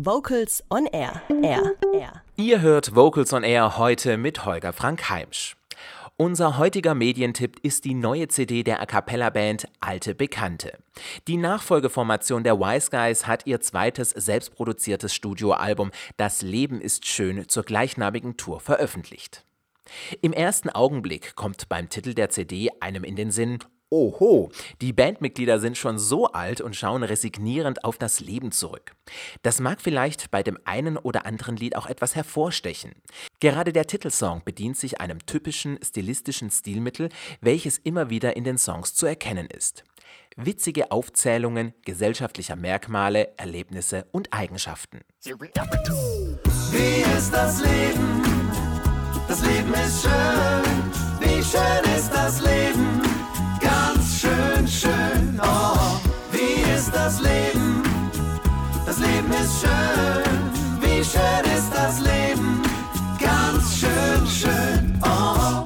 Vocals on Air. Ihr hört Vocals on Air heute mit Holger Frank Heimsch. Unser heutiger Medientipp ist die neue CD der A-cappella-Band Alte Bekannte. Die Nachfolgeformation der Wise Guys hat ihr zweites selbstproduziertes Studioalbum Das Leben ist schön zur gleichnamigen Tour veröffentlicht. Im ersten Augenblick kommt beim Titel der CD einem in den Sinn: Oho, die Bandmitglieder sind schon so alt und schauen resignierend auf das Leben zurück. Das mag vielleicht bei dem einen oder anderen Lied auch etwas hervorstechen. Gerade der Titelsong bedient sich einem typischen stilistischen Stilmittel, welches immer wieder in den Songs zu erkennen ist. Witzige Aufzählungen gesellschaftlicher Merkmale, Erlebnisse und Eigenschaften. Wie ist das Leben? Das Leben ist schön. Wie schön ist das Leben? Ganz schön, schön, oh. Wie ist das Leben? Das Leben ist schön. Wie schön ist das Leben? Ganz schön, schön, oh.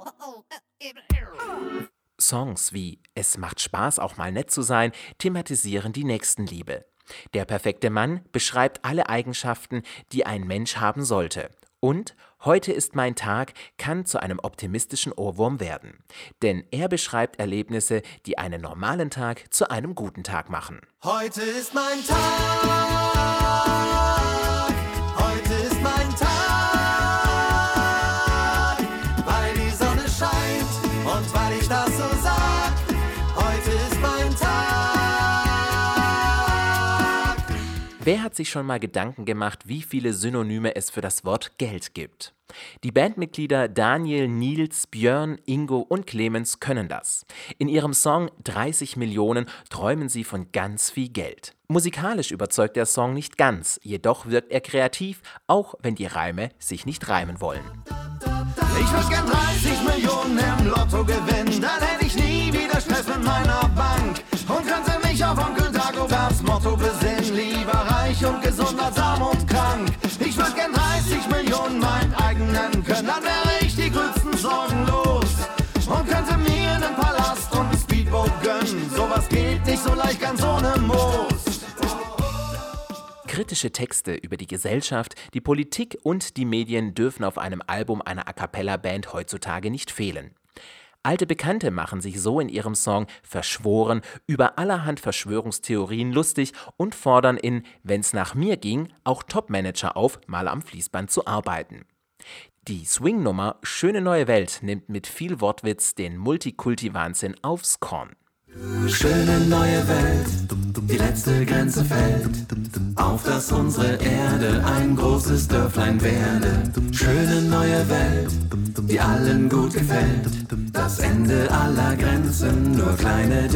Songs wie Es macht Spaß, auch mal nett zu sein, thematisieren die Nächstenliebe. Der perfekte Mann beschreibt alle Eigenschaften, die ein Mensch haben sollte. Und Heute ist mein Tag kann zu einem optimistischen Ohrwurm werden. Denn er beschreibt Erlebnisse, die einen normalen Tag zu einem guten Tag machen. Heute ist mein Tag. Heute ist mein Tag. Weil die Sonne scheint und weil ich das so sag. Heute ist mein Tag. Wer hat sich schon mal Gedanken gemacht, wie viele Synonyme es für das Wort Geld gibt? Die Bandmitglieder Daniel, Nils, Björn, Ingo und Clemens können das. In ihrem Song 30 Millionen träumen sie von ganz viel Geld. Musikalisch überzeugt der Song nicht ganz, jedoch wirkt er kreativ, auch wenn die Reime sich nicht reimen wollen. Ich würd gern 30 Millionen im Lotto gewinnen, dann hätte ich nie wieder Stress mit meiner Bank und könnte mich auf Onkel Dagobers Motto besinnen, lieber reich und gesund als arm und krank. Ich würd gern 30 Millionen mein eigen nennen können, dann wäre ich die größten Sorgen los und könnte mir einen Palast und ein Speedboat gönnen. Sowas geht nicht so leicht ganz ohne Moos. Kritische Texte über die Gesellschaft, die Politik und die Medien dürfen auf einem Album einer A-cappella-Band heutzutage nicht fehlen. Alte Bekannte machen sich so in ihrem Song Verschworen über allerhand Verschwörungstheorien lustig und fordern in Wenn's nach mir ging auch Topmanager auf, mal am Fließband zu arbeiten. Die Swing-Nummer Schöne neue Welt nimmt mit viel Wortwitz den Multikulti-Wahnsinn aufs Korn. Schöne neue Welt, die letzte Grenze fällt, auf dass unsere Erde ein großes Dörflein werde. Schöne neue Welt, die allen gut gefällt, das Ende aller Grenzen, nur kleine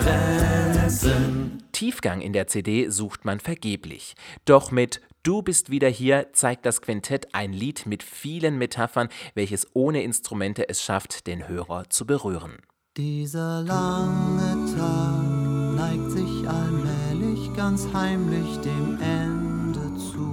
Differenzen. Tiefgang in der CD sucht man vergeblich. Doch mit Du bist wieder hier zeigt das Quintett ein Lied mit vielen Metaphern, welches ohne Instrumente es schafft, den Hörer zu berühren. Dieser lange Tag neigt sich allmählich ganz heimlich dem Ende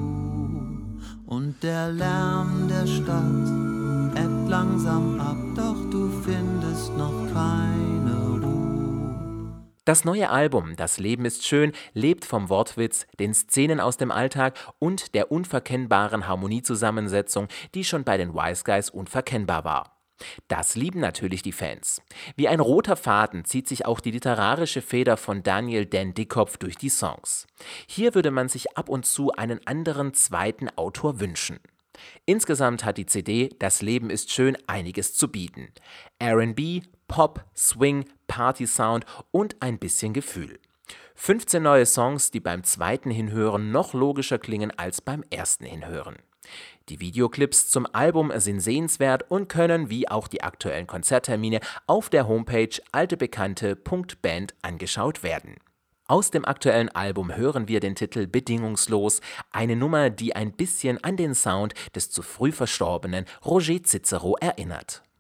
zu. Und der Lärm der Stadt ebbt langsam ab, doch du findest noch keine Ruhe. Das neue Album Das Leben ist schön lebt vom Wortwitz, den Szenen aus dem Alltag und der unverkennbaren Harmoniezusammensetzung, die schon bei den Wise Guys unverkennbar war. Das lieben natürlich die Fans. Wie ein roter Faden zieht sich auch die literarische Feder von Daniel Dan Dickkopf durch die Songs. Hier würde man sich ab und zu einen anderen zweiten Autor wünschen. Insgesamt hat die CD Das Leben ist schön einiges zu bieten. R&B, Pop, Swing, Party-Sound und ein bisschen Gefühl. 15 neue Songs, die beim zweiten Hinhören noch logischer klingen als beim ersten Hinhören. Die Videoclips zum Album sind sehenswert und können, wie auch die aktuellen Konzerttermine, auf der Homepage altebekannte.band angeschaut werden. Aus dem aktuellen Album hören wir den Titel Bedingungslos, eine Nummer, die ein bisschen an den Sound des zu früh verstorbenen Roger Cicero erinnert.